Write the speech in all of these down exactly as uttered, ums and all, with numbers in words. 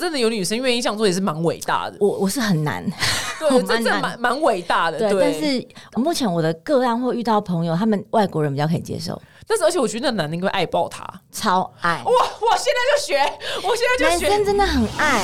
真的有女生愿意这样做，也是蛮伟大的。 我我是很难， 对，这这蛮蛮伟大的。对， 对但是目前我的个案或遇到朋友，他们外国人比较可以接受。 但是而且我觉得那男的应该爱爆他， 超爱。 哇！我现在就学，我现在就学。 男生真的很爱。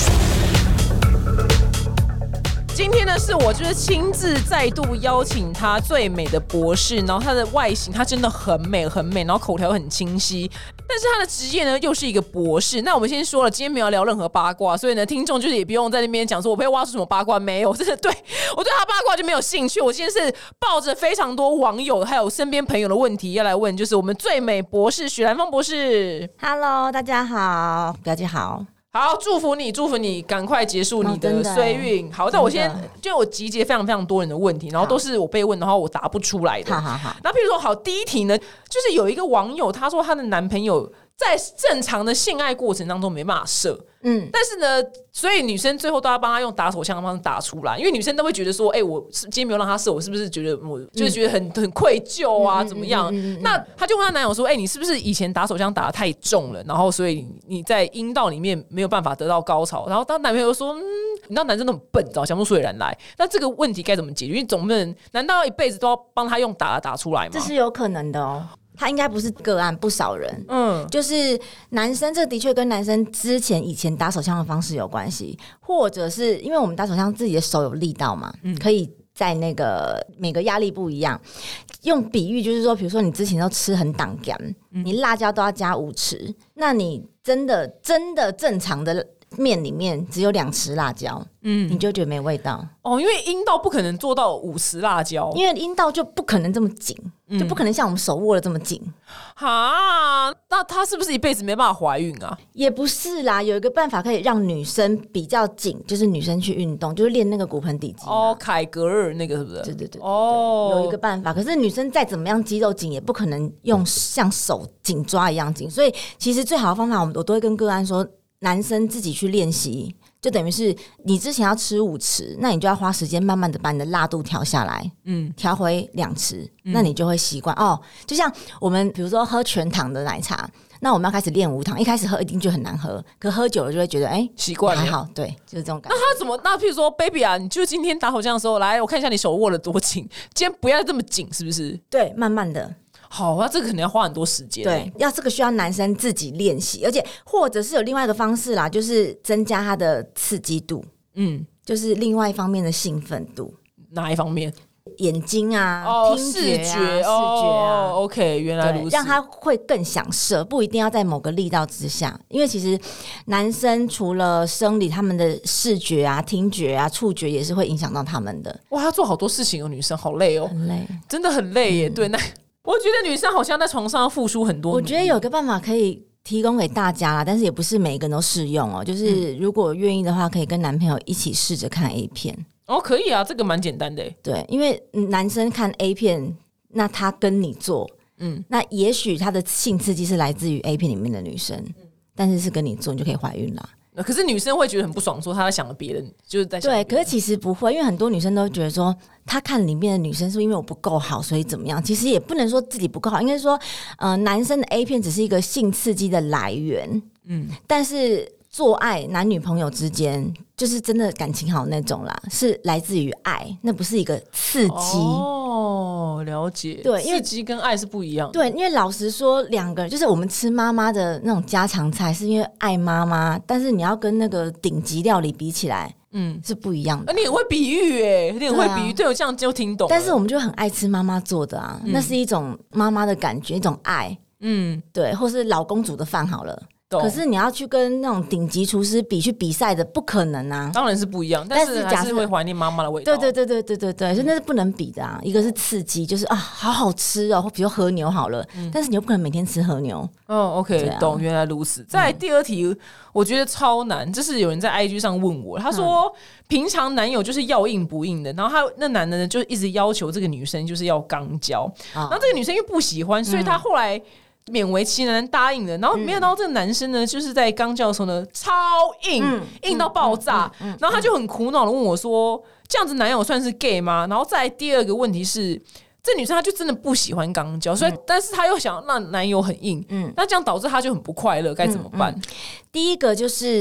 今天呢，是我就是亲自再度邀请他最美的博士，然后他的外形他真的很美很美，然后口条很清晰，但是他的职业呢又是一个博士。那我们先说了，今天没有聊任何八卦，所以呢，听众就是也不用在那边讲说我会挖出什么八卦，没有，真的对我对他八卦就没有兴趣。我今天是抱着非常多网友还有身边朋友的问题要来问，就是我们最美博士许兰芳博士。 Hello， 大家好，表姐好。 好，祝福你，祝福你，赶快结束你的衰运。哦、好，那我先就我集结非常非常多人的问题，然后都是我被问，然后我答不出来的。 好好好。 那譬如说，好，第一题呢，就是有一个网友他说他的男朋友在正常的性爱过程当中没办法射，嗯，但是呢，所以女生最后都要帮他用打手枪的方式打出来，因为女生都会觉得说，哎、欸，我今天没有让他射，我是不是觉得我就是觉得很很愧疚啊，怎么样？嗯嗯嗯嗯嗯、那他就问他男友说，哎、欸，你是不是以前打手枪打得太重了，然后所以你在阴道里面没有办法得到高潮？然后当男朋友说，嗯，你知道男生都很笨，知道想不出所以然来。那这个问题该怎么解决？因为总不能难道要一辈子都要帮他用打打出来吗？ 这是有可能的哦。他应该不是个案，不少人，嗯，就是男生，这的确跟男生之前以前打手枪的方式有关系，或者是因为我们打手枪自己的手有力道嘛，嗯，可以在那个每个压力不一样。用比喻就是说，比如说你之前都吃很挡干，嗯，你辣椒都要加五匙，那你真的真的正常的面里面只有两匙辣椒，嗯，你就觉得没味道哦，因为阴道不可能做到五匙辣椒， 因为阴道就不可能这么紧，嗯，就不可能像我们手握的这么紧。 哈，那她是不是一辈子没办法怀孕啊？ 也不是啦，有一个办法可以让女生比较紧，就是女生去运动，就是练那个骨盆底肌。 哦，凯格尔那个是不是？ 对对 对, 對，哦，有一个办法。可是女生再怎么样肌肉紧，也不可能用像手紧抓一样紧。所以其实最好的方法，我们我都会跟个案说。男生自己去练习，就等于是你之前要吃五匙，那你就要花时间慢慢的把你的辣度调下来，嗯，调回两匙，嗯，那你就会习惯哦。就像我们比如说喝全糖的奶茶，那我们要开始练无糖，一开始喝一定就很难喝，可喝久了就会觉得哎习惯了，还好，对，就是这种感觉。 那他怎么？那譬如说 ，baby 啊，你就今天打手枪的时候，来我看一下你手握得多紧，今天不要这么紧，是不是？ 对，慢慢的。 好，那这个可能要花很多时间。 对，要这个需要男生自己练习，而且或者是有另外一个方式啦，就是增加他的刺激度，嗯，就是另外一方面的兴奋度。 哪一方面？ 眼睛啊， 哦， 听觉啊， 视觉， 视觉啊。 哦 OK， 原来如此， 让他会更想射，不一定要在某个力道之下，因为其实男生除了生理，他们的视觉啊、听觉啊、触觉也是会影响到他们的。 哇，他做好多事情哦，女生好累哦， 很累， 真的很累耶。嗯、对，那。我觉得女生好像在床上要付出很多。 我觉得有个办法可以提供给大家啦，但是也不是每一个人都适用哦。就是如果愿意的话，可以跟男朋友一起试着看 A 片。 哦，可以啊，这个蛮简单的。 对，因为男生看 A 片，那他跟你做，嗯，那也许他的性刺激是来自于 A 片里面的女生，嗯、但是是跟你做，你就可以怀孕啦。 可是女生会觉得很不爽，说她在想着别人，就是在想别人。 对，可是其实不会，因为很多女生都觉得说，她看里面的女生是因为我不够好，所以怎么样？其实也不能说自己不够好，应该说，呃，男生的 A 片只是一个性刺激的来源，嗯，但是做爱男女朋友之间，就是真的感情好那种啦，是来自于爱，那不是一个刺激。 哦，了解。对，因为刺激跟爱是不一样的。 对，因为老实说，两个人就是我们吃妈妈的那种家常菜，是因为爱妈妈，但是你要跟那个顶级料理比起来，嗯，是不一样的。 啊、你很会比喻哎，你很会比喻，对、啊、我这样就听懂了。 但是我们就很爱吃妈妈做的啊、嗯，那是一种妈妈的感觉，一种爱，嗯，对，或是老公煮的饭好了。可是你要去跟那种顶级厨师比去比赛的，不可能啊！ 当然是不一样，但是还是会怀念妈妈的味道。 对对对对对对对，所以那是不能比的啊！一个是刺激，就是啊，好好吃哦，比如和牛好了，嗯、但是你又不可能每天吃和牛。 哦 ，OK，、啊、懂，原来如此。再来第二题、嗯，我觉得超难，这是有人在 I G 上问我，他说、嗯、平常男友就是要硬不硬的，然后他那男的呢就一直要求这个女生就是要肛交、哦，然后这个女生又不喜欢，所以他后来。勉为其难答应了，然后没想到这个男生呢，就是在刚教的时候呢，超硬，嗯、硬到爆炸、嗯嗯嗯嗯，然后他就很苦恼的问我说：“这样子男友算是 gay 吗？”然后再来第二个问题是，这女生她就真的不喜欢肛交，所以、嗯、但是她又想让男友很硬，嗯，那这样导致她就很不快乐，该怎么办、嗯嗯？ 第一个就是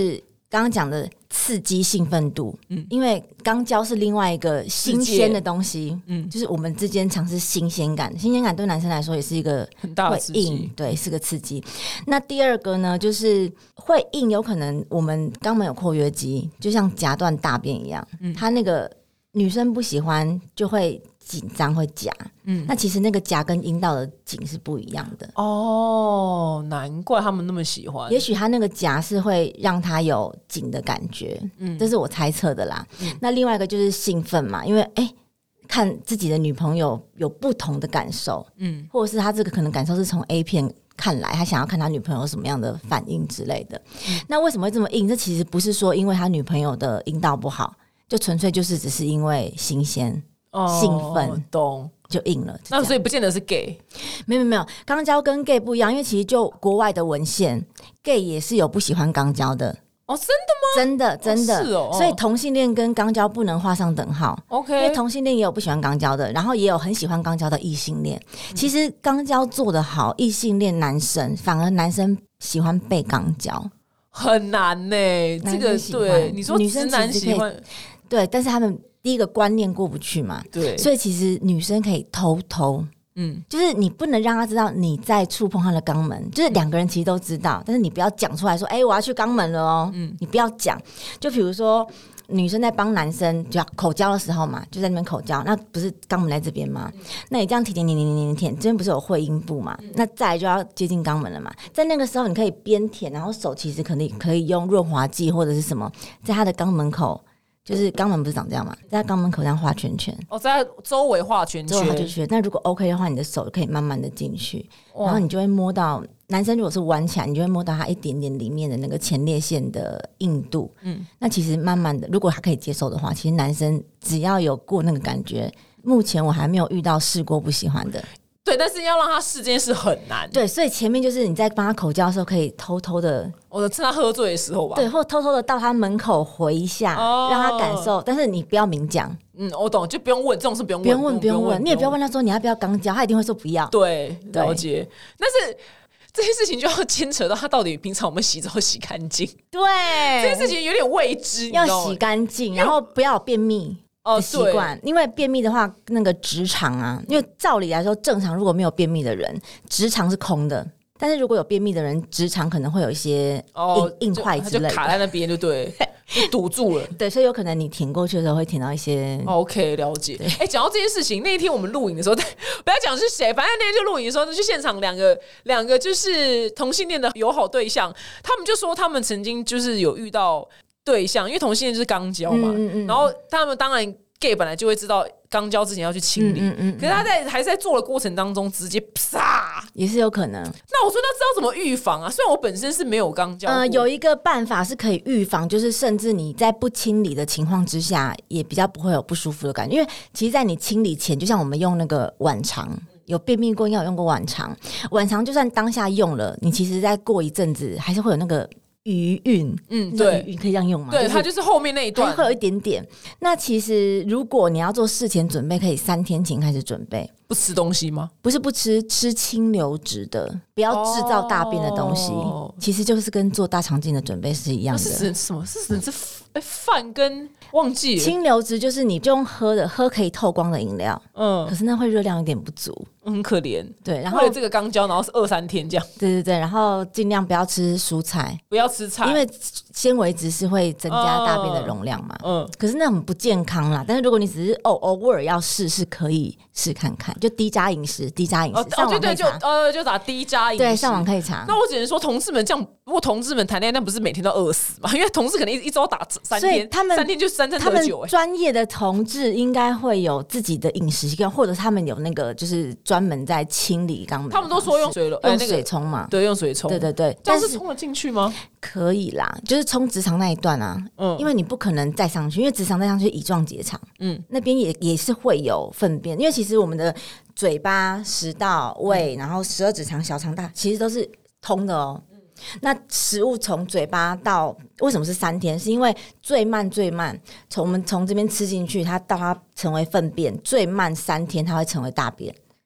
刚刚讲的刺激兴奋度，嗯，因为肛交是另外一个新鲜的东西，嗯，就是我们之间尝试新鲜感，新鲜感对男生来说也是一个很大的刺激， 对，是个刺激。那第二个呢，就是会硬，有可能我们肛门有括约肌，就像夹断大便一样，嗯，他那个女生不喜欢就会紧张会夹，嗯，那其实那个夹跟阴道的紧是不一样的哦，难怪他们那么喜欢。 也许他那个夹是会让他有紧的感觉，嗯，这是我猜测的啦。嗯、那另外一个就是兴奋嘛，因为哎、欸，看自己的女朋友有不同的感受，嗯，或者是他这个可能感受是从 A 片看来，他想要看他女朋友什么样的反应之类的。嗯、那为什么会这么硬？这其实不是说因为他女朋友的阴道不好，就纯粹就是只是因为新鲜。兴奋、哦、 懂就硬了， 那所以不见得是 gay， 没有没有，肛交跟 gay 不一样，因为其实就国外的文献 ，gay 也是有不喜欢肛交的。 哦，真的吗？ 真的真的、 哦是哦， 所以同性恋跟肛交不能画上等号。 OK， 因为同性恋也有不喜欢肛交的，然后也有很喜欢肛交的异性恋。嗯、其实肛交做得好，异性恋男生反而男生喜欢被肛交， 很难呢、欸。这个对你说直男喜欢， 对，但是他们。第一个观念过不去嘛， 对， 所以其实女生可以偷偷，嗯，就是你不能让她知道你在触碰她的肛门，就是两个人其实都知道，但是你不要讲出来说，哎、欸，我要去肛门了哦，嗯，你不要讲，就比如说女生在帮男生就要口交的时候嘛，就在那边口交，那不是肛门在这边吗？嗯、那你这样舔舔舔舔舔舔，这边不是有会阴部嘛？嗯、那再来就要接近肛门了嘛，在那个时候你可以边舔，然后手其实可以可以用润滑剂或者是什么，在他的肛门口。就是肛门不是长这样嘛，在肛门口这样画圈圈， 哦，在周围画圈圈， 周围画圈圈。那如果 OK 的话，你的手可以慢慢的进去，然后你就会摸到男生如果是弯起来，你就会摸到他一点点里面的那个前列腺的硬度。嗯，那其实慢慢的，如果他可以接受的话，其实男生只要有过那个感觉，目前我还没有遇到试过不喜欢的。 对，但是要让他试这件事很难。 对，所以前面就是你在帮他口交的时候，可以偷偷的， 我趁他喝醉的时候吧， 对，或偷偷的到他门口回一下，哦、让他感受，但是你不要明讲。 嗯，我懂，就不用问这种事，不用问， 不用问，不用问，你也不要问他说你要不要肛交，他一定会说不要。 对，了解。但是这些事情就要牵扯到他到底平常我们洗澡洗干净。 对， 这些事情有点未知， 要洗干净，然后不要便秘。哦，习惯，因为便秘的话，那个直肠啊，因为照理来说，正常如果没有便秘的人，直肠是空的。但是如果有便秘的人，直肠可能会有一些硬、哦、硬块之类的， 就卡在那边，就对，就堵住了。 对，所以有可能你舔过去的时候会舔到一些。 OK， 了解。哎，讲到这件事情，那一天我们录影的时候，不要讲是谁，反正那天就录影的时候，就现场两个两个就是同性恋的友好对象，他们就说他们曾经就是有遇到。对象，因为同性恋就是肛交嘛，嗯嗯嗯，然后他们当然 gay 本来就会知道肛交之前要去清理，嗯嗯嗯嗯，可是他在还是在做的过程当中直接啪， 也是有可能。 那我说那知道怎么预防啊？虽然我本身是没有肛交过， 呃，有一个办法是可以预防，就是甚至你在不清理的情况之下，也比较不会有不舒服的感觉。因为其实，在你清理前，就像我们用那个碗肠。有便秘过，要有用过碗肠，碗肠就算当下用了，你其实再过一阵子还是会有那个。余韵， 嗯，对， 余韵可以这样用吗？ 对，就是、它就是后面那一段会有一点点。那其实如果你要做事前准备，可以三天前开始准备。 不吃东西吗？ 不是不吃，吃清流质的，不要制造大便的东西。哦、其实就是跟做大肠镜的准备是一样的。 是指什么？是指饭跟忘记了清流质，就是你就用喝的，喝可以透光的饮料。嗯，可是那会热量有点不足。 很可怜， 对，然后为了这个肛交，然后是二三天这样， 对对对，然后尽量不要吃蔬菜， 不要吃菜， 因为纤维质是会增加大便的容量嘛，嗯，可是那很不健康啦。但是如果你只是偶偶尔要试，是可以试看看，就低渣饮食，低渣饮食，上网可以查， 对对，就呃就打低渣饮食， 对，上网可以查。 那我只能说，同志们这样，如果同志们谈恋爱，那不是每天都饿死嘛？因为同志可能一一周打三天， 所以他们三天就三餐得酒、欸。 他们专业的同志应该会有自己的饮食习惯，或者他们有那个就是专门在清理肛门， 他们都说用水了， 用水冲嘛、 欸那个，对，用水冲， 对对对， 但是冲得进去吗？ 可以啦，就是冲直肠那一段啊，嗯，因为你不可能再上去，因为直肠再上去乙状结肠，嗯，那边也也是会有粪便，因为其实我们的嘴巴、食道、胃，然后十二指肠、小肠大，其实都是通的哦。那食物从嘴巴到为什么是三天？是因为最慢最慢，从我们从这边吃进去，它到它成为粪便，最慢三天它会成为大便。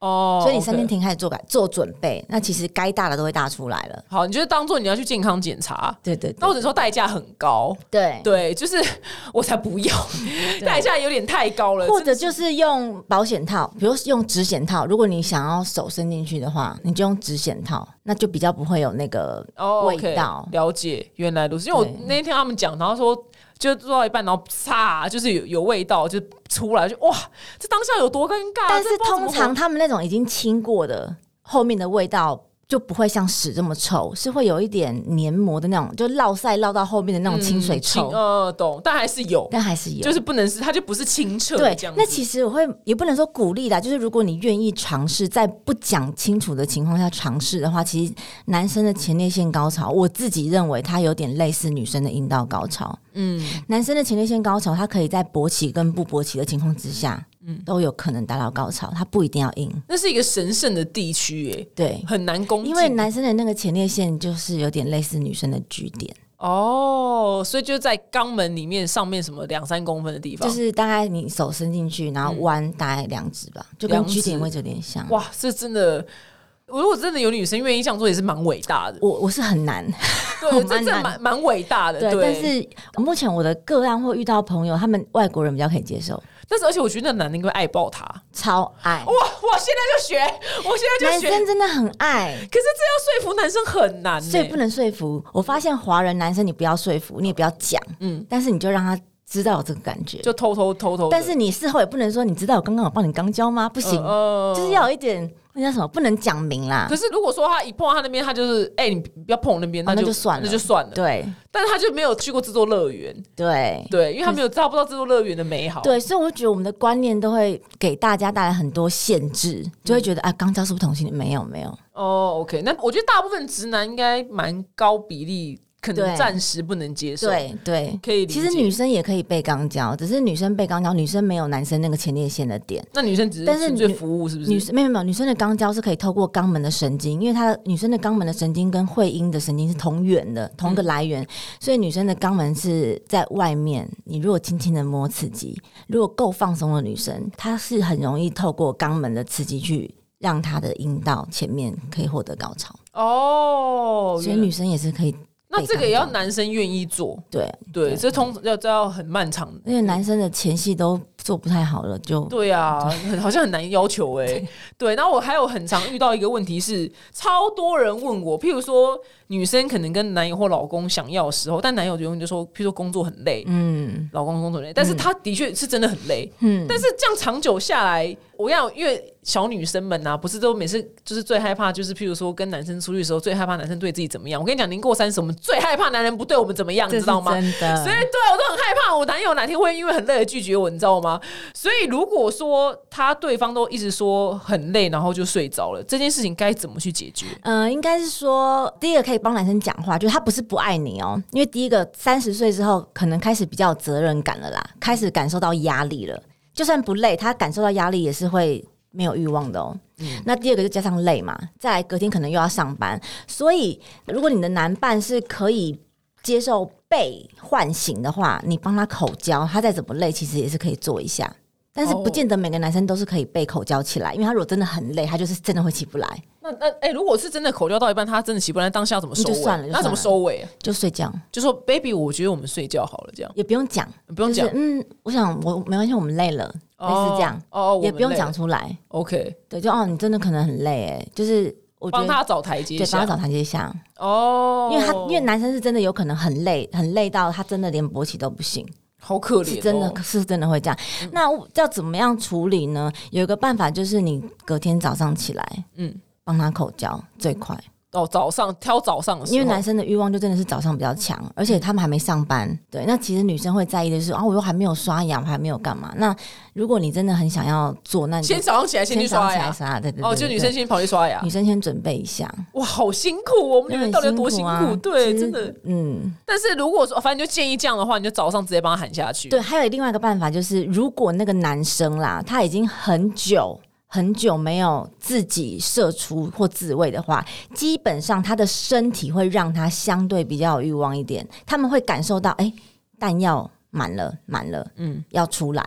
哦，所以你三天停开始做做准备，那其实该大的都会大出来了。 好，你就当做你要去健康检查， 对对对， 那或者说代价很高， 对对，就是我才不要，代价有点太高了， 或者就是用保险套，比如用指险套，如果你想要手伸进去的话，你就用指险套，那就比较不会有那个味道。 哦 okay， 了解，原来如此，因为我那天他们讲，然后说。就做到一半，然后嚓，就是有有味道，就出来，就哇，这当下有多尴尬。 但是通常他们那种已经清过的，后面的味道就不会像屎这么臭，是会有一点黏膜的那种，就落塞落到后面的那种清水臭。 嗯，呃，懂，但还是有， 但还是有， 就是不能是，它就不是清澈。 对， 这样子。 那其实我会也不能说鼓励啦，就是如果你愿意尝试，在不讲清楚的情况下尝试的话，其实男生的前列腺高潮，我自己认为它有点类似女生的阴道高潮。嗯，男生的前列腺高潮，它可以在勃起跟不勃起的情况之下。嗯，都有可能达到高潮，它不一定要硬。 那是一个神圣的地区，哎， 对， 很难攻击。 因为男生的那个前列腺就是有点类似女生的G点哦，所以就在肛门里面上面什么两三公分的地方， 就是大概你手伸进去，然后弯大概两指吧，嗯、就跟G点位置有点像。 哇，这真的。如果真的有女生愿意这样做，也是蛮伟大的。 我我是很难， 对，这真的蛮蛮伟大的。 对， 对， 但是目前我的个案或遇到朋友，他们外国人比较可以接受。 但是而且我觉得那男的应该爱抱他， 超爱。 哇！我现在就学，我现在就学。 男生真的很爱， 可是这要说服男生很难， 所以不能说服。我发现华人男生你不要说服，你也不要讲，嗯，但是你就让他。知道有这个感觉， 就偷偷偷偷。 但是你事后也不能说，你知道我刚刚有帮你肛交吗？不行，呃呃、就是要有一点那叫什么，不能讲明啦。 可是如果说他一碰到他那边，他就是哎、欸，你不要碰我那边、哦， 那就算了， 那就算了。 对， 但是他就没有去过制作乐园， 对对，因为他没有知道不到制作乐园的美好。 对，所以我就觉得我们的观念都会给大家带来很多限制，就会觉得、嗯、啊，肛交是不同性恋，没有没有。 哦 ，OK， 那我觉得大部分直男应该蛮高比例。可能暂时不能接受， 对对， 可以理解。 其实女生也可以被肛交，只是女生被肛交，女生没有男生那个前列腺的点。 那女生只是纯粹服务，是不是？ 女生没有没有，女生的肛交是可以透过肛门的神经，因为她女生的肛门的神经跟会阴的神经是同源的，同个来源，嗯、所以女生的肛门是在外面。你如果轻轻的摸刺激，如果够放松的女生，她是很容易透过肛门的刺激去让她的阴道前面可以获得高潮。哦，所以女生也是可以。 那这个也要男生愿意做， 对对，这通要这要很漫长的， 因为男生的前戏都做不太好了，就对啊，很好像很难要求哎、欸，对。然后我还有很常遇到一个问题是，超多人问我，譬如说女生可能跟男友或老公想要的时候，但男友永远就说，譬如说工作很累，嗯，老公工作很累，但是他的确是真的很累，嗯，但是这样长久下来，我要因为小女生们啊，不是都每次就是最害怕，就是譬如说跟男生出去的时候，最害怕男生对自己怎么样。我跟你讲，年过三十，我们最害怕男人不对我们怎么样，你知道吗？ 真的， 所以对我都很害怕，我男友哪天会因为很累而拒绝我，你知道吗？所以如果说他对方都一直说很累，然后就睡着了，这件事情该怎么去解决？ 呃，应该是说，第一个可以帮男生讲话，就是他不是不爱你哦，因为第一个三十岁之后，可能开始比较有责任感了啦，开始感受到压力了。就算不累，他感受到压力也是会没有欲望的哦。嗯、那第二个就加上累嘛，再来隔天可能又要上班，所以如果你的男伴是可以接受被唤醒的话，你帮他口交，他再怎么累，其实也是可以做一下。但是不见得每个男生都是可以被口交起来，因为他如果真的很累，他就是真的会起不来。 那那哎、欸，如果是真的口交到一半，他真的起不来，当下怎么收尾？ 就算了， 那怎么收尾？ 就睡觉， 就说 baby， 我觉得我们睡觉好了，这样也不用讲， 不用讲、 就是。嗯，我想我没关系，我们累了，类似这样， 哦， 也不用讲出来。 OK， 对，就哦，你真的可能很累，哎，就是我帮他找台阶下， 对，帮他找台阶下。哦，因为他因为男生是真的有可能很累，很累到他真的连勃起都不行。 好可怜、哦， 是真的是真的会这样。嗯、那要怎么样处理呢？有一个办法就是你隔天早上起来，嗯，帮他口交最快。 哦，早上挑早上的时候， 因为男生的欲望就真的是早上比较强，而且他们还没上班。对，那其实女生会在意的是啊，我又还没有刷牙，我还没有干嘛。那如果你真的很想要做，那你先早上起来先去刷牙， 刷对对对, 對。哦，就女生先跑去刷牙， 女生先准备一下。 哇，好辛苦哦！我们女人到底有多辛苦？啊、对，真的， 嗯。 但是如果说反正就建议这样的话，你就早上直接帮他喊下去。 对，还有另外一个办法就是，如果那个男生啦，他已经很久。很久没有自己射出或自慰的话，基本上他的身体会让他相对比较有欲望一点，他们会感受到哎，弹药满了满了，嗯，要出来。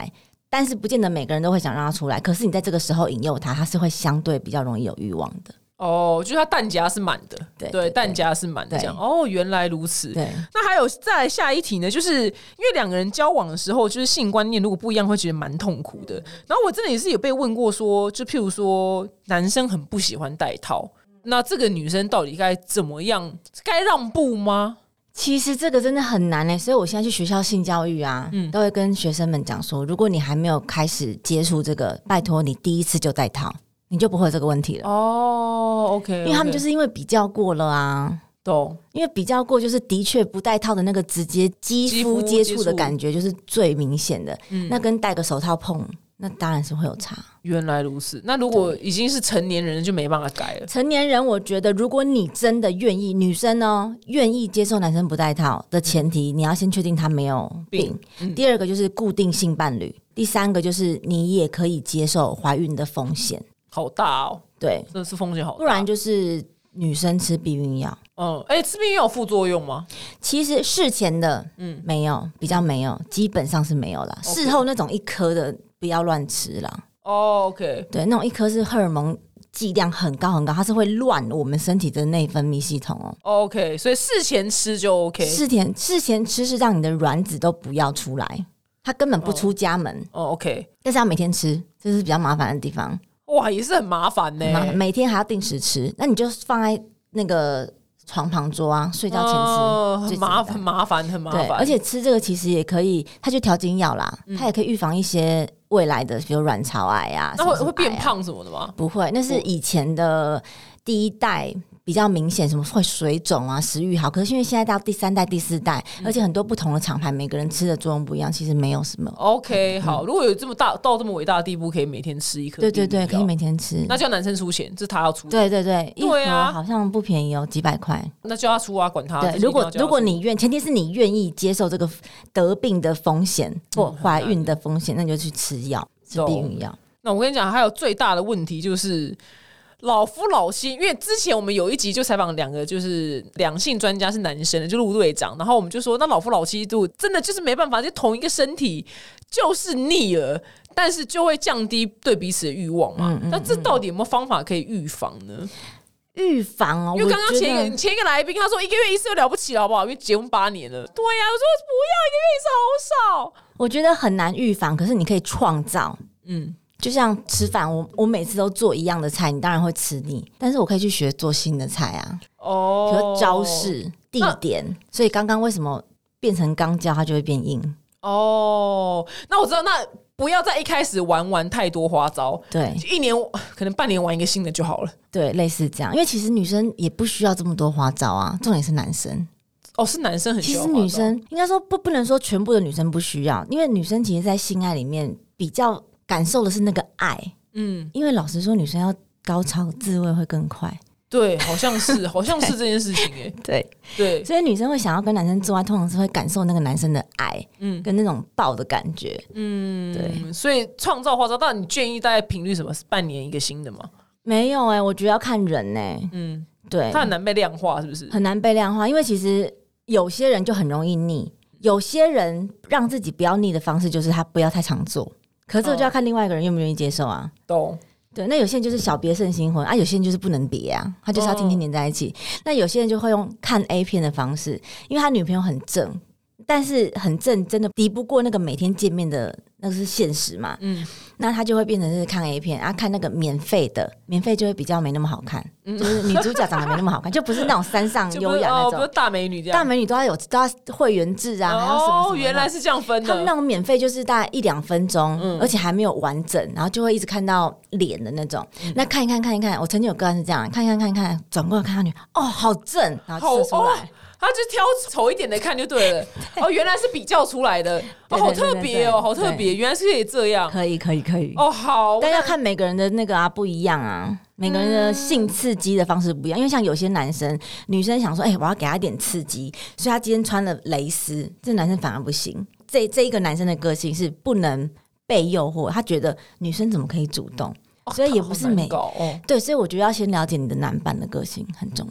但是不见得每个人都会想让他出来，可是你在这个时候引诱他，他是会相对比较容易有欲望的。 哦，就是他弹夹是满的， 对对，弹夹是满的这样。哦，原来如此。 对， 那还有再来下一题呢，就是因为两个人交往的时候，就是性观念如果不一样，会觉得蛮痛苦的。然后我真的也是有被问过说，就譬如说男生很不喜欢戴套，那这个女生到底该怎么样？该让步吗？ 其实这个真的很难欸，所以我现在去学校性教育啊，嗯、都会跟学生们讲说，如果你还没有开始接触这个，拜托你第一次就戴套。你就不会有这个问题了哦、oh, ，OK， 因为他们就是因为比较过了啊， 懂？ 因为比较过，就是的确不戴套的那个直接肌肤接触的感觉就是最明显的，嗯、那跟戴个手套碰，那当然是会有差。 原来如此，那如果已经是成年人就没办法改了。 成年人，我觉得如果你真的愿意，女生呢愿意接受男生不戴套的前提，嗯、你要先确定他没有病。嗯、第二个就是固定性伴侣，第三个就是你也可以接受怀孕的风险。 好大哦， 对， 这是风险好大。 不然就是女生吃避孕药， 嗯，哎、欸，吃避孕药有副作用吗？ 其实事前的，嗯，没有，比较没有，基本上是没有啦。事、okay. 后那种一颗的不要乱吃啦。 哦、oh, ，OK， 对，那种一颗是荷尔蒙剂量很高很高，它是会乱我们身体的内分泌系统哦。 OK， 所以事前吃就 OK。 事前事前吃是让你的卵子都不要出来，它根本不出家门。 哦、oh. oh, ，OK， 但是要每天吃，这是比较麻烦的地方。 哇，也是很麻烦呢、欸， 每天还要定时吃，那你就放在那个床旁桌啊，睡觉前吃， 哦、很麻烦，麻烦，很麻烦。 而且吃这个其实也可以，它就调经药啦，嗯、它也可以预防一些未来的，比如卵巢癌啊， 那会什么什么癌啊会变胖什么的吗？ 不会，那是以前的第一代。比较明显，什么会水肿啊、食欲好，可是因为现在到第三代、第四代，嗯、而且很多不同的厂牌，每个人吃的作用不一样，其实没有什么。 OK， 好，嗯、如果有这么大到这么伟大的地步，可以每天吃一颗， 对对对，可以每天吃。 那叫男生出钱，这是他要出。 对对对， 对啊， 好像不便宜哦，几百块。 那叫他出啊，管他。 对，如果如果你愿，前提是你愿意接受这个得病的风险或怀孕的风险，嗯、那你就去吃药，吃避孕药。 那我跟你讲，还有最大的问题就是。老夫老妻，因为之前我们有一集就采访两个就是两性专家是男生的，就陆队长，然后我们就说，那老夫老妻度真的就是没办法，就同一个身体就是腻了，但是就会降低对彼此的欲望嘛。嗯嗯嗯，那这到底有没有方法可以预防呢？ 预防哦， 因为刚刚前一个前一个来宾他说一个月一次就了不起了，好不好？因为结婚八年了。对呀、啊，我说不要一个月一次，好少。 我觉得很难预防，可是你可以创造，嗯。就像吃饭，我我每次都做一样的菜，你当然会吃腻。但是我可以去学做新的菜啊，哦，比如招式、地点。所以刚刚为什么变成钢胶，它就会变硬？ 哦，那我知道，那不要在一开始玩玩太多花招， 对， 一年可能半年玩一个新的就好了。 对，类似这样，因为其实女生也不需要这么多花招啊，重点是男生。 哦，是男生很需要花招。 其实女生应该说不不能说全部的女生不需要，因为女生其实在性爱里面比较。感受的是那个爱，嗯，因为老实说，女生要高潮自慰会更快， 对，好像是，好像是这件事情、欸，哎， 对对， 所以女生会想要跟男生做爱，通常是会感受那个男生的爱，嗯，跟那种抱的感觉，嗯，对， 所以创造花招，但你建议大概频率什么？半年一个新的吗？ 没有哎、欸，我觉得要看人哎、欸，嗯，对， 它很难被量化，是不是？ 很难被量化，因为其实有些人就很容易腻，有些人让自己不要腻的方式就是他不要太常做。可是这就要看另外一个人愿不愿意接受啊。 懂。 对，那有些人就是小别胜新婚啊，有些人就是不能别啊，他就是要天天黏在一起。哦、那有些人就会用看 A 片的方式，因为他女朋友很正，但是很正真的敌不过那个每天见面的那个是现实嘛。嗯，那他就会变成是看 A 片啊，看那个免费的，免费就会比较没那么好看，嗯、就是女主角长得没那么好看，就不是那种山上优雅那种， 哦、不是大美女这样， 大美女都要有都要会员制啊， 哦、 还有什么什么。 原来是这样分的。 他们那种免费就是大概一两分钟，嗯、而且还没有完整，然后就会一直看到脸的那种。嗯、那看一看看一看，我曾经有个案是这样，看一看看一看，转过来看他女，哦，好正，然后射出来。哦他就挑丑一点的看就对了。哦，原来是比较出来的。哦，好特别哦，好特别，原来是可以这样。 可以，可以，可以。 哦，好。 但要看每个人的那个啊不一样啊，每个人的性刺激的方式不一样。因为像有些男生、女生想说，哎、欸，我要给他一点刺激，所以他今天穿了蕾丝，这男生反而不行。这这一个男生的个性是不能被诱惑，他觉得女生怎么可以主动，哦、所以也不是每、 哦、 对，所以我觉得要先了解你的男伴的个性很重要。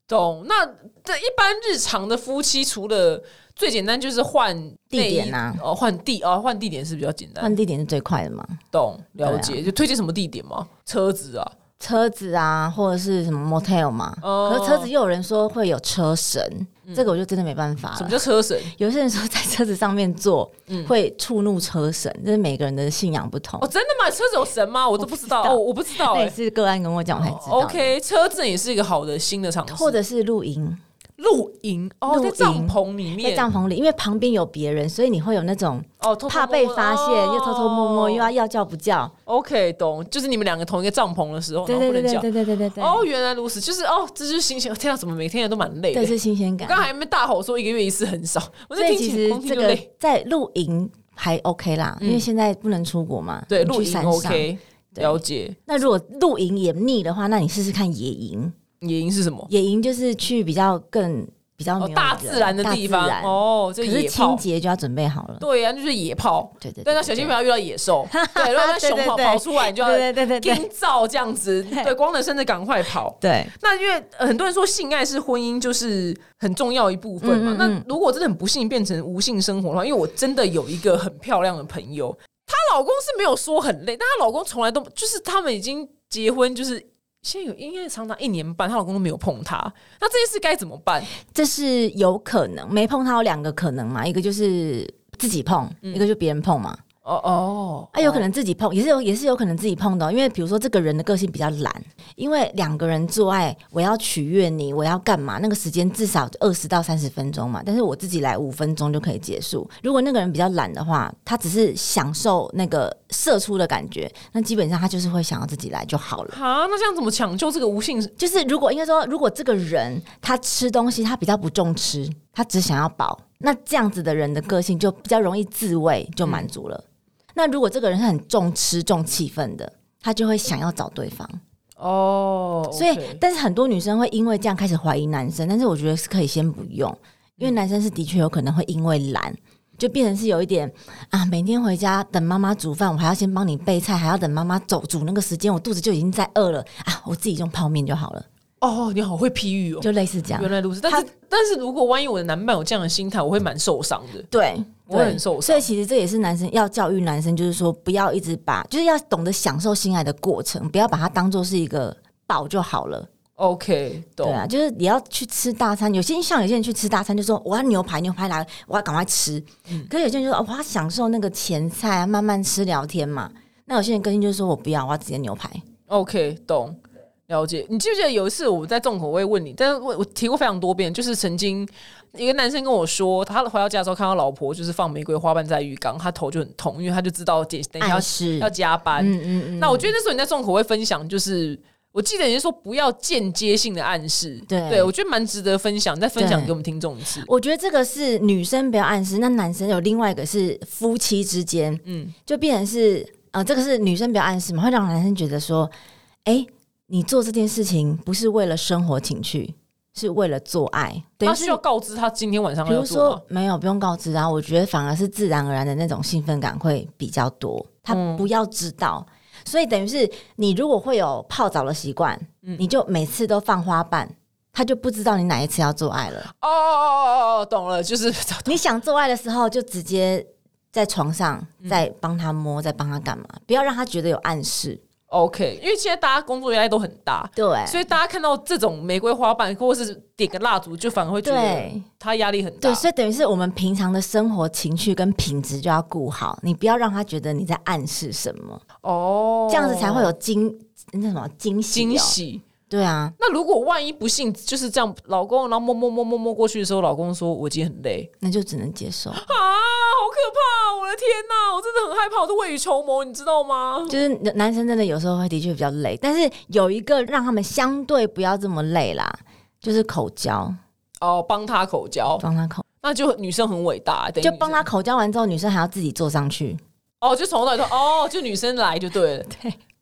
懂。那这一般日常的夫妻，除了最简单就是换地点啊， 哦，换地哦，换地点是比较简单， 换地点是最快的嘛。 懂，了解。啊、就推荐什么地点吗？车子啊， 车子啊，或者是什么 motel 嘛。哦、可是车子又有人说会有车神。嗯、这个我就真的没办法了。 什么叫车神？ 有些人说在车子上面坐、嗯、会触怒车神，这是每个人的信仰不同。 哦，真的吗？车子有神吗？我都不知道。我不知道，哦、我不知道、欸。 那也是个案跟我讲，我才知道、 哦。OK， 车子也是一个好的新的尝试， 或者是露营。 露营哦，在帐篷里面， 在帐篷里，因为旁边有别人，所以你会有那种哦， 怕被发现，哦、又偷偷摸摸，又要要叫不叫。 OK， 懂，就是你们两个同一个帐篷的时候， 对对对对对对对对。 哦，原来如此，就是哦，这就是新鲜。天啊，怎么每天都蛮累的？ 对，是新鲜感。 刚才还没大吼说一个月一次很少，我所以其实这个在露营还 OK 啦，嗯、因为现在不能出国嘛。 对，露营 OK， 了解。 那如果露营也腻的话，那你试试看野营。 野营是什么？ 野营就是去比较更。比较没有、 哦、大自然的地方哦，这野炮，可是清洁就要准备好了。 对啊，就是野炮。 对对对， 但那小心不要遇到野兽。对，如果那熊跑跑出来，你就要对对对惊躁这样子。对，光能甚至赶快跑。 对， 那因为、呃、很多人说性爱是婚姻就是很重要一部分嘛。嗯嗯嗯，那如果真的很不幸变成无性生活的话，因为我真的有一个很漂亮的朋友，她老公是没有说很累，但她老公从来都就是他们已经结婚就是。现在有应该长达一年半，她老公都没有碰她，那这件事该怎么办？ 这是有可能没碰她有两个可能嘛，一个就是自己碰，嗯、一个就别人碰嘛。 哦哦， 啊，有可能自己碰，也是有，也是有可能自己碰的、哦。因为比如说这个人的个性比较懒，因为两个人做爱，我要取悦你，我要干嘛？那个时间至少二十到三十分钟嘛，但是我自己来五分钟就可以结束。如果那个人比较懒的话，他只是享受那个射出的感觉，那基本上他就是会想要自己来就好了。 啊，那这样怎么抢救这个无性？ 就是如果应该说，如果这个人他吃东西他比较不重吃，他只想要饱，那这样子的人的个性就比较容易自慰就满足了。嗯，那如果这个人是很重吃重气氛的，他就会想要找对方哦。Oh, okay. 所以，但是很多女生会因为这样开始怀疑男生，但是我觉得是可以先不用，因为男生是的确有可能会因为懒，就变成是有一点啊，每天回家等妈妈煮饭，我还要先帮你备菜，还要等妈妈走煮那个时间，我肚子就已经在饿了啊，我自己用泡面就好了。 哦，你好会譬喻哦， 就类似这样。 原来如此，但是但是如果万一我的男伴有这样的心态，我会蛮受伤的。 对， 我会很受伤。 所以其实这也是男生要教育男生，就是说不要一直把，就是要懂得享受性爱的过程，不要把它当作是一个饱就好了。 OK， 懂。 对啊，就是你要去吃大餐，有些像有些人去吃大餐，就说我要牛排，牛排来，我要赶快吃。嗯、可是有些人就说、哦、我要享受那个前菜啊，慢慢吃聊天嘛。那有些人个性就是说我不要，我要直接牛排。 OK， 懂。了解。你记不记得有一次我们在重口味问你，但是我我提过非常多遍，就是曾经一个男生跟我说，他回到家的时候看到老婆就是放玫瑰花瓣在浴缸，他头就很痛，因为他就知道等一下 要, 要加班。嗯嗯嗯。那我觉得那时候你在重口味分享，就是我记得你是说不要间接性的暗示，对，对我觉得蛮值得分享，再分享给我们听众一次。我觉得这个是女生不要暗示，那男生有另外一个是夫妻之间，嗯，就变成是呃，这个是女生不要暗示嘛，会让男生觉得说，哎、欸。你做这件事情不是为了生活情趣，是为了做爱。 他需要告知他今天晚上要做吗？比如说没有，不用告知啊。我觉得反而是自然而然的那种兴奋感会比较多，他不要知道。嗯、所以等于是你如果会有泡澡的习惯，嗯、你就每次都放花瓣，他就不知道你哪一次要做爱了。 哦哦哦哦，懂了，就是你想做爱的时候就直接在床上再帮他摸，再帮他干嘛，不要让他觉得有暗示。 OK， 因为现在大家工作压力都很大， 对， 所以大家看到这种玫瑰花瓣或是点个蜡烛，就反而会觉得他压力很大。 对，所以等于是我们平常的生活情趣跟品质就要顾好，你不要让他觉得你在暗示什么哦，这样子才会有惊那什么惊喜、哦、 惊喜。 对啊， 那如果万一不幸就是这样，老公然后摸摸摸摸摸过去的时候，老公说我今天很累， 那就只能接受啊，好可怕！我的天哪，我真的很害怕，我都未雨绸缪，你知道吗？ 就是男生真的有时候会的确比较累，但是有一个让他们相对不要这么累啦，就是口交哦，帮他口交， 帮他口， 那就女生很伟大， 就帮他口交完之后，女生还要自己坐上去， 哦，就从头到尾说哦，就女生来就对了， 对。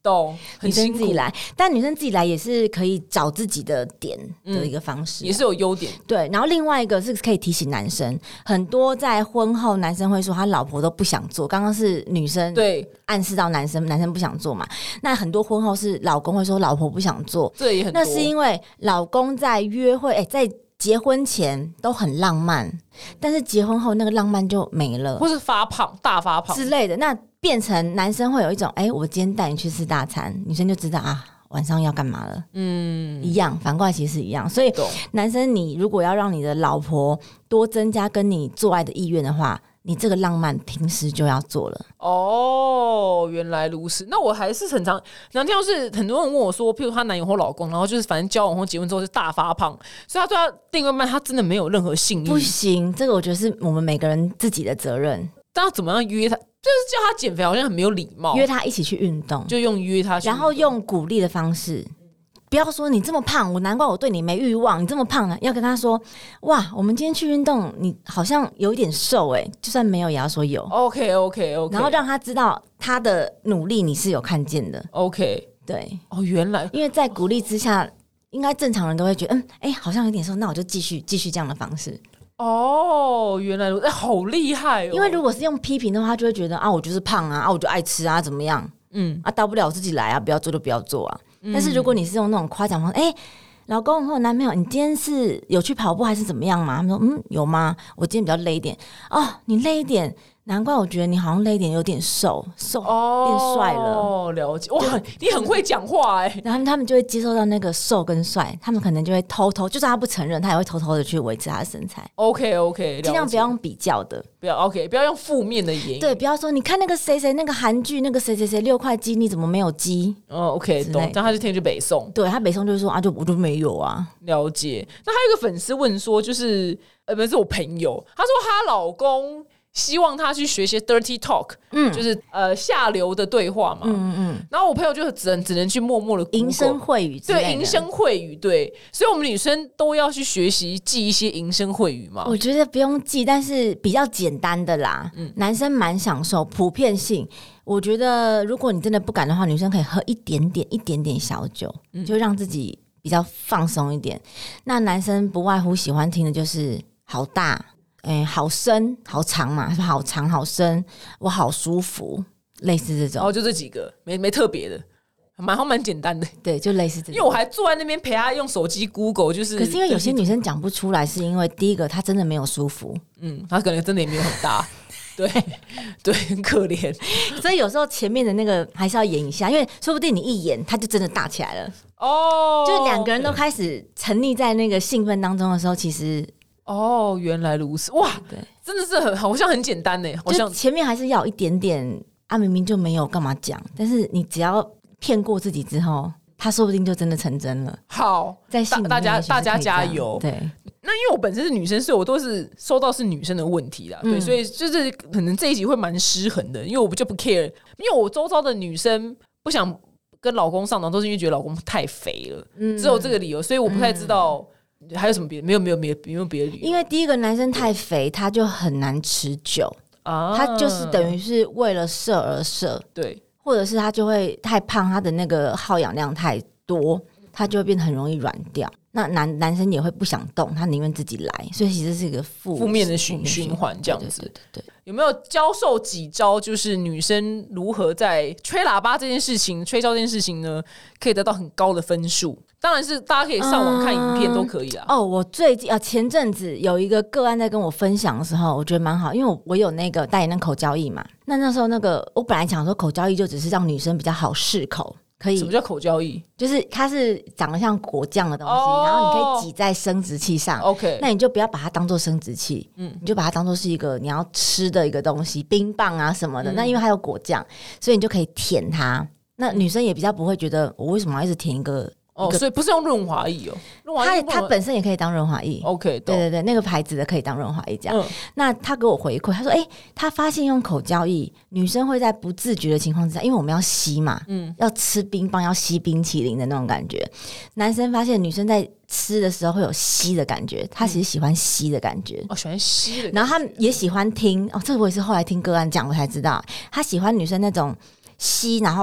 懂， 女生自己来，但女生自己来也是可以找自己的点的一个方式、啊嗯， 也是有优点。 对，然后另外一个是可以提醒男生，很多在婚后男生会说他老婆都不想做，刚刚是女生对暗示到男生，男生不想做嘛。那很多婚后是老公会说老婆不想做， 这也很多。 那是因为老公在约会，哎、欸，在结婚前都很浪漫，但是结婚后那个浪漫就没了， 或是发胖、大发胖之类的。那变成男生会有一种，哎、欸，我今天带你去吃大餐，女生就知道啊，晚上要干嘛了。嗯，一样，反过来其实是一样。所以男生，你如果要让你的老婆多增加跟你做爱的意愿的话，你这个浪漫平时就要做了。 哦，原来如此。那我还是很常常听到是很多人问我说，譬如她男友或老公，然后就是反正交往或结婚之后是大发胖，所以他对他另一半他真的没有任何性欲。 不行，这个我觉得是我们每个人自己的责任。 但要怎么样约他？就是叫他减肥好像很没有礼貌。 约他一起去运动， 就用约他去运动， 然后用鼓励的方式。不要说你这么胖，我难怪我对你没欲望。你这么胖呢，要跟他说，哇，我们今天去运动，你好像有一点瘦哎、欸，就算没有也要说有。 OK OK OK， 然后让他知道他的努力你是有看见的。 OK， 对， 哦，原来因为在鼓励之下，应该正常人都会觉得，嗯，哎、欸，好像有点瘦，那我就继续继续这样的方式。 哦，原来哎、欸，好厉害哦！ 因为如果是用批评的话，他就会觉得啊，我就是胖啊，啊，我就爱吃啊，怎么样？嗯，啊，大不了我自己来啊，不要做就不要做啊。嗯、但是如果你是用那种夸奖方式，哎、欸，老公或男朋友，你今天是有去跑步还是怎么样吗？他们说，嗯，有吗？我今天比较累一点。哦，你累一点。难怪我觉得你好像累一点，有点瘦，瘦、哦、变帅了。 哦，了解。哇，你很会讲话哎、欸。 然后他们就会接受到那个瘦跟帅，他们可能就会偷偷，就算他不承认，他也会偷偷的去维持他的身材。 OK OK， 尽量不要用比较的， 不要 OK， 不要用负面的言语。 对，不要说你看那个谁谁那个韩剧那个谁谁谁六块肌，你怎么没有肌？ 哦 OK， 懂。这样他就听就北宋， 对他北宋就会说啊，就我就没有啊。 了解。那还有一个粉丝问说，就是呃，不是我朋友，她说她老公希望他去学些 dirty talk， 嗯，就是呃下流的对话嘛，嗯嗯。然后我朋友就只能只能去默默的淫声秽语之类的， 对，淫声秽语，对。所以我们女生都要去学习记一些淫声秽语嘛。 我觉得不用记，但是比较简单的啦。嗯，男生蛮享受，普遍性。我觉得如果你真的不敢的话，女生可以喝一点点、一点点小酒，嗯、就让自己比较放松一点。那男生不外乎喜欢听的就是好大。欸、好深好长嘛，好长好深，我好舒服，类似这种。 哦，就这几个，没没特别的，蛮好蛮简单的。 对，就类似这种。 因为我还坐在那边陪他用手机 Google， 就是。 可是因为有些女生讲不出来，是因为第一个她真的没有舒服， 嗯，她可能真的也没有很大。对对，很可怜。 所以有时候前面的那个还是要演一下，因为说不定你一演，他就真的大起来了。哦，就是两个人都开始沉溺在那个兴奋当中的时候，其实。 哦，原来如此，哇，对，真的是很好像很简单呢，好像前面还是要有一点点啊，明明就没有干嘛讲，但是你只要骗过自己之后，他说不定就真的成真了。 好， 在信大家大家加油。 对， 那因为我本身是女生，所以我都是收到是女生的问题啦，嗯、对，所以就是可能这一集会蛮失衡的，因为我就不 care， 因为我周遭的女生不想跟老公上床，都是因为觉得老公太肥了，嗯、只有这个理由，所以我不太知道。嗯还有什么别的？没有没有没有没有别的理由。 因为第一个男生太肥，他就很难持久啊，他就是等于是为了射而射， 对， 或者是他就会太胖，他的那个耗氧量太多，他就会变得很容易软掉。那男男生也会不想动，他宁愿自己来，所以其实是一个负负面的循循环这样子。 对对对对， 有没有教授几招，就是女生如何在吹喇叭这件事情、吹箫这件事情呢，可以得到很高的分数？当然是大家可以上网看影片都可以啦。 嗯、哦，我最近啊前阵子有一个个案在跟我分享的时候，我觉得蛮好，因为我我有那个代言人口交易嘛。那那时候那个我本来想说口交易就只是让女生比较好适口。可以， 什么叫口交易？ 就是它是长得像果酱的东西， oh, 然后你可以挤在生殖器上。OK， 那你就不要把它当做生殖器，嗯，你就把它当做是一个你要吃的一个东西，冰棒啊什么的。嗯、那因为它有果酱，所以你就可以舔它。那女生也比较不会觉得我为什么要一直舔一个。 哦，所以不是用润滑液哦， 它它本身也可以当润滑液。 OK， 对对对，那个牌子的可以当润滑液这样。嗯、那他给我回馈，他说：“哎、欸，他发现用口交液，女生会在不自觉的情况之下，因为我们要吸嘛，嗯，要吃冰棒，要吸冰淇淋的那种感觉。男生发现女生在吃的时候会有吸的感觉，他其实喜欢吸的感觉。 哦，喜欢吸的感觉。 然后他也喜欢听哦，这个我也是后来听个案讲我才知道，他喜欢女生那种吸，然后啵。”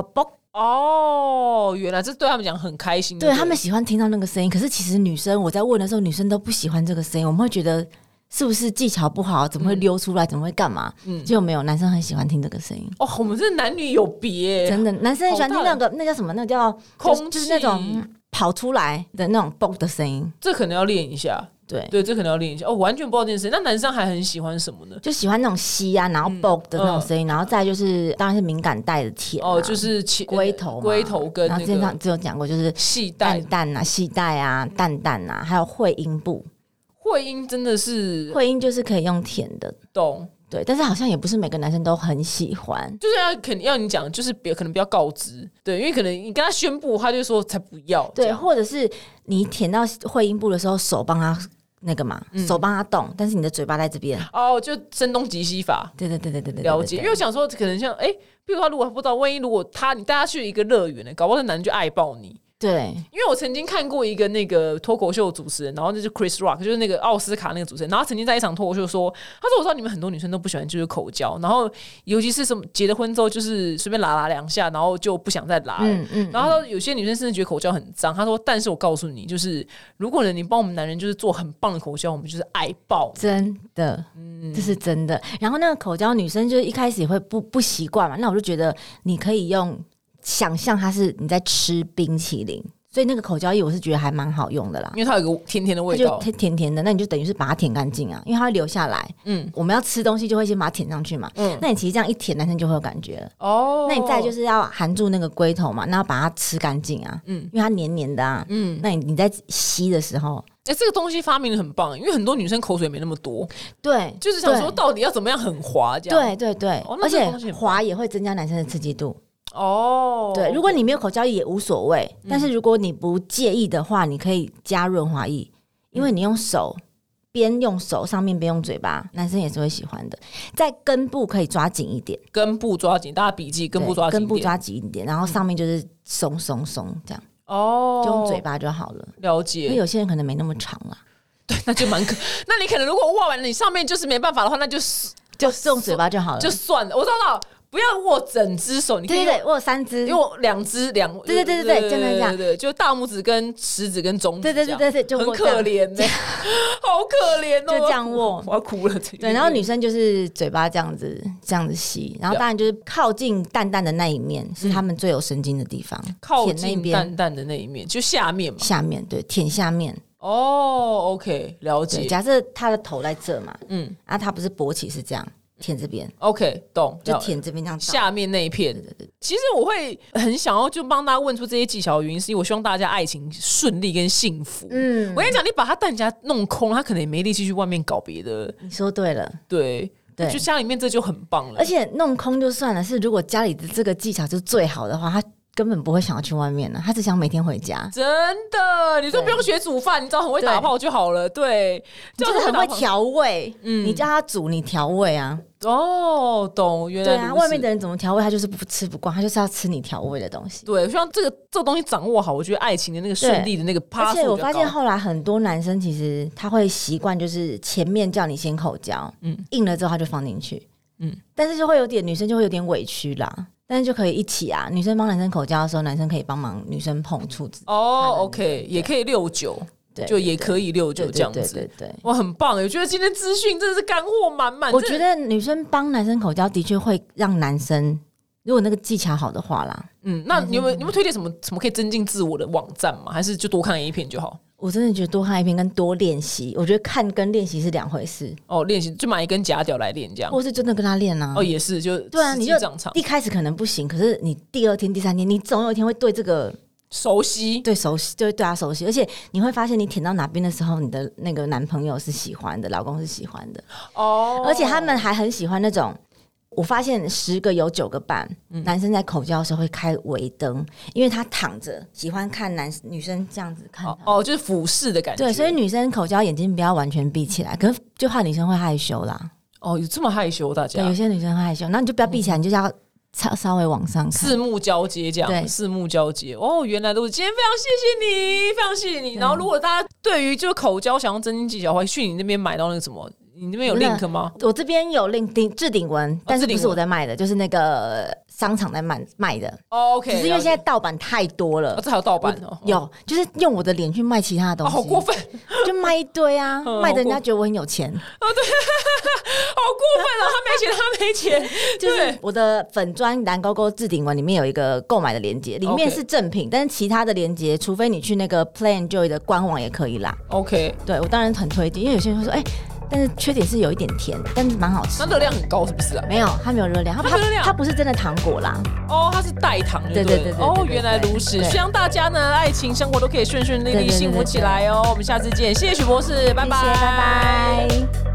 哦，原来这对他们讲很开心的， 对他们喜欢听到那个声音。可是其实女生我在问的时候，女生都不喜欢这个声音，我们会觉得是不是技巧不好，怎么会溜出来，嗯、怎么会干嘛？嗯，结果没有，男生很喜欢听这个声音。 哦，我们这男女有别， 真的，男生很喜欢听那个那叫什么？那个叫空气， 就是那种跑出来的那种嘣的声音。 这可能要练一下。对对，这可能要练一下。哦，完全不知道这件事。那男生还很喜欢什么呢？ 就喜欢那种吸啊，然后爆的那种声音，嗯嗯、然后再就是当然是敏感带的甜、啊、 哦，就是龟头嘛， 龟头跟那个。 然后之前只有讲过，就是细带蛋蛋啊、细带啊、蛋蛋啊，还有会阴部。 会阴真的是会阴就是可以用舔的， 懂。 对，但是好像也不是每个男生都很喜欢， 就是要肯定要你讲，就是别可能不要告知，对，因为可能你跟他宣布，他就说才不要， 对，或者是你舔到会阴部的时候，手帮他那个嘛，嗯、手帮他动，但是你的嘴巴在这边， 哦，就声东击西法， 对对对对对对， 了解。因为我想说，可能像哎，比如说他如果不知道，万一如果他你带他去一个乐园呢，搞不好那男人就爱爆你。 对， 因为我曾经看过一个那个脱口秀主持人，然后就是 Chris Rock， 就是那个奥斯卡那个主持人，然后他曾经在一场脱口秀说，他说我知道你们很多女生都不喜欢就是口交，然后尤其是什么结了婚之后，就是随便拉拉两下，然后就不想再拉了。嗯嗯、然后他说有些女生甚至觉得口交很脏，他说但是我告诉你，就是如果呢你帮我们男人就是做很棒的口交，我们就是爱爆， 真的，嗯，这是真的。然后那个口交女生就一开始也会不不习惯嘛，那我就觉得你可以用。想象它是你在吃冰淇淋，所以那个口交液我是觉得还蛮好用的啦， 因为它有一个甜甜的味道， 就甜甜的，那你就等于是把它舔干净啊，因为它会留下来。嗯，我们要吃东西就会先把它舔上去嘛。嗯，那你其实这样一舔，男生就会有感觉了。哦，那你再就是要含住那个龟头嘛，那要把它吃干净啊。嗯，因为它黏黏的啊。嗯，那你你在吸的时候。 哎、欸，这个东西发明的很棒，因为很多女生口水没那么多， 对， 就是想说到底要怎么样很滑这样， 对对对，哦、而且滑也会增加男生的刺激度。哦，对，如果你没有口交液也无所谓，嗯、但是如果你不介意的话，你可以加润滑液，因为你用手边用手上面边用嘴巴，男生也是会喜欢的。在根部可以抓紧一点， 根部抓紧，大家笔记，根部抓紧一点， 根部抓紧一点，然后上面就是松松松这样。哦，就用嘴巴就好了。 了解， 因为有些人可能没那么长啦。 对，那就蛮可。那你可能如果握完了，你上面就是没办法的话，那就就用嘴巴就好了， 就算了。我知道。不要握整只手，你可以对对对握三只， 因为两只两对对对对对，真的这样， 对对，就大拇指跟食指跟中指， 对对对对对，就很可怜呢、欸，好可怜哦， 就这样握， 我要哭了。 对，然后女生就是嘴巴这样子这样子吸，然后当然就是靠近蛋蛋的那一面是他们最有神经的地方，嗯、 靠近蛋蛋的那一面就下面嘛， 下面对，舔下面。 哦 ，OK， 了解。 假设他的头在这嘛，嗯，啊，他不是勃起是这样。舔这边 ，OK， 懂， 就舔这边这样， 下面那一片。对对对，其实我会很想要就帮大家问出这些技巧的原因，是因为我希望大家爱情顺利跟幸福。嗯，我跟你讲，你把他蛋夹弄空，他可能也没力气去外面搞别的。 你说对了， 对对，就家里面这就很棒了。 而且弄空就算了，是如果家里的这个技巧是最好的话，他根本不会想要去外面了，他只想每天回家。 真的，你都不用学煮饭，你知道很会打炮就好了。对， 就是很会调味。嗯，你叫他煮，你调味啊。 哦，懂，原来对啊，外面的人怎么调味，他就是不吃不惯，他就是要吃你调味的东西。 对，希望这个这个东西掌握好，我觉得爱情的那个顺利的那个趴数。 而且我发现后来很多男生其实他会习惯，就是前面叫你先口交，嗯，硬了之后他就放进去，嗯，但是就会有点女生就会有点委屈啦。但是就可以一起啊，女生帮男生口交的时候，男生可以帮忙女生碰触子。 哦 ，OK， 也可以六九。对，就也可以六九这样子，对对 对, 对, 对，哇，很棒！我觉得今天资讯真的是干货满满。 我觉得女生帮男生口交的确会让男生，如果那个技巧好的话啦， 嗯，那你有没有你有没有推荐什么什么可以增进自我的网站吗？还是就多看 A 片就好？ 我真的觉得多看 A 片跟多练习，我觉得看跟练习是两回事。 哦，练习就买一根假屌来练这样， 或是真的跟他练啊？ 哦，也是，就对啊，你就一开始可能不行，可是你第二天、第三天，你总有一天会对这个。 熟悉， 对熟悉，就会对他熟悉，而且你会发现，你舔到哪边的时候，你的那个男朋友是喜欢的，老公是喜欢的哦，而且他们还很喜欢那种。我发现十个有九个半、嗯、男生在口交的时候会开微灯，因为他躺着，喜欢看男女生这样子看他。 哦，就是俯视的感觉。 对，所以女生口交眼睛不要完全闭起来，可是就怕女生会害羞啦。 哦，有这么害羞？大家？ 对，有些女生会害羞，那你就不要闭起来，嗯、你就要。稍稍微往上看， 四目交接这样，四目交接哦，原来都是今天非常谢谢你，非常谢谢你。然后，如果大家对于就是口交想要增进技巧的话，去你那边买到那个什么， 你那边有 link 吗？ 我这边有 link 顶置顶文，但是不是我在卖的，就是那个商场在卖卖的。 哦 OK， 只是因为现在盗版太多了， 哦、这还有盗版哦。 有，就是用我的脸去卖其他的东西， 哦、好过分， 就卖一堆啊，嗯、卖的人家觉得我很有钱。 哦，对，好过分哦，他没钱，他没钱。 就是我的粉专蓝勾勾置顶文里面有一个购买的链接，里面是正品， okay. 但是其他的链接，除非你去那个 Play and Joy 的官网也可以啦。 OK， 对我当然很推荐，因为有些人会说，哎、欸。但是缺点是有一点甜，但是蛮好吃。 它热量很高是不是啊？ 没有，它没有热量，它它它不是真的糖果啦。 哦，它是代糖对，对对对对。哦，原来如此。希望大家呢，爱情生活都可以顺顺利利、幸福起来哦。我们下次见，谢谢许博士，拜拜， 谢谢，拜拜。